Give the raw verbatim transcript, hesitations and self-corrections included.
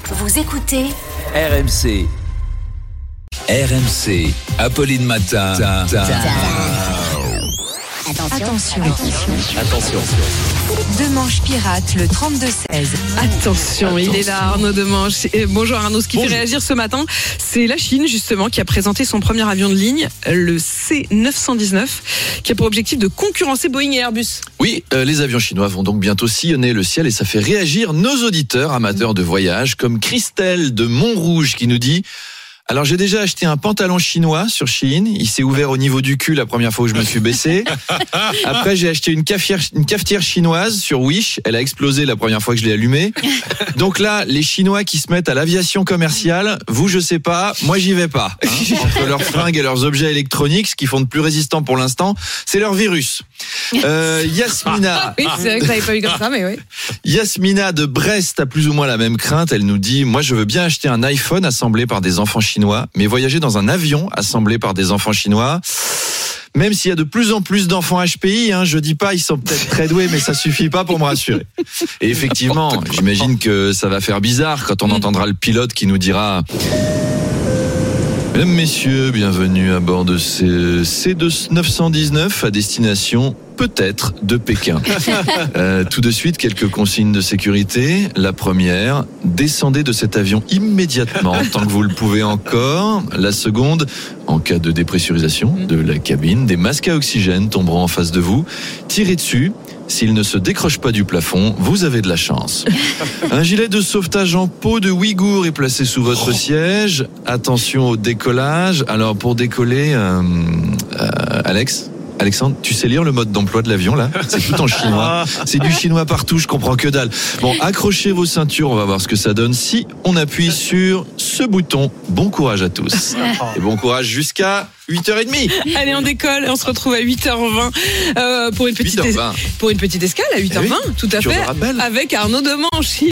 Vous écoutez R M C. R M C. Apolline Matin. Ta, ta. Attention. Attention. Demanche pirate, le trente-deux seize. Attention, il est là, Arnaud Demanche. Et bonjour Arnaud, ce qui Bonjour. fait réagir ce matin, c'est la Chine justement qui a présenté son premier avion de ligne, le C neuf cent dix-neuf, qui a pour objectif de concurrencer Boeing et Airbus. Oui, euh, les avions chinois vont donc bientôt sillonner le ciel et ça fait réagir nos auditeurs amateurs de voyage, comme Christelle de Montrouge qui nous dit... Alors j'ai déjà acheté un pantalon chinois sur Shein, il s'est ouvert au niveau du cul la première fois où je me suis baissé. Après j'ai acheté une cafetière, une cafetière chinoise sur Wish, elle a explosé la première fois que je l'ai allumée. Donc là, les Chinois qui se mettent à l'aviation commerciale, vous je sais pas, moi j'y vais pas. Hein. Entre leurs fringues et leurs objets électroniques, ce qu'ils font de plus résistant pour l'instant, c'est leur virus. Euh, Yasmina... Oui, c'est vrai que ça n'avait pas eu comme ça, mais oui. Yasmina de Brest a plus ou moins la même crainte. Elle nous dit, moi je veux bien acheter un iPhone assemblé par des enfants chinois, mais voyager dans un avion assemblé par des enfants chinois, même s'il y a de plus en plus d'enfants H P I, hein, je dis pas, ils sont peut-être très doués, mais ça suffit pas pour me rassurer. Et effectivement, j'imagine que ça va faire bizarre quand on entendra le pilote qui nous dira... Mesdames, messieurs, bienvenue à bord de ce C neuf cent dix-neuf à destination peut-être de Pékin. Euh, tout de suite, quelques consignes de sécurité. La première, descendez de cet avion immédiatement tant que vous le pouvez encore. La seconde, en cas de dépressurisation de la cabine, des masques à oxygène tomberont en face de vous. Tirez dessus. S'il ne se décroche pas du plafond, vous avez de la chance. Un gilet de sauvetage en peau de Ouïghour est placé sous votre siège. Attention au décollage. Alors pour décoller, euh, euh, Alex Alexandre, tu sais lire le mode d'emploi de l'avion là ? C'est tout en chinois. C'est du chinois partout, je comprends que dalle. Bon, accrochez vos ceintures, on va voir ce que ça donne si on appuie sur ce bouton. Bon courage à tous. Et bon courage jusqu'à huit heures trente. Allez, on décolle et on se retrouve à huit heures vingt euh, pour, une petite huit heures vingt. es- pour une petite escale à huit heures vingt, Eh oui, tout à tu fait, me rappelles. avec Arnaud Demanche.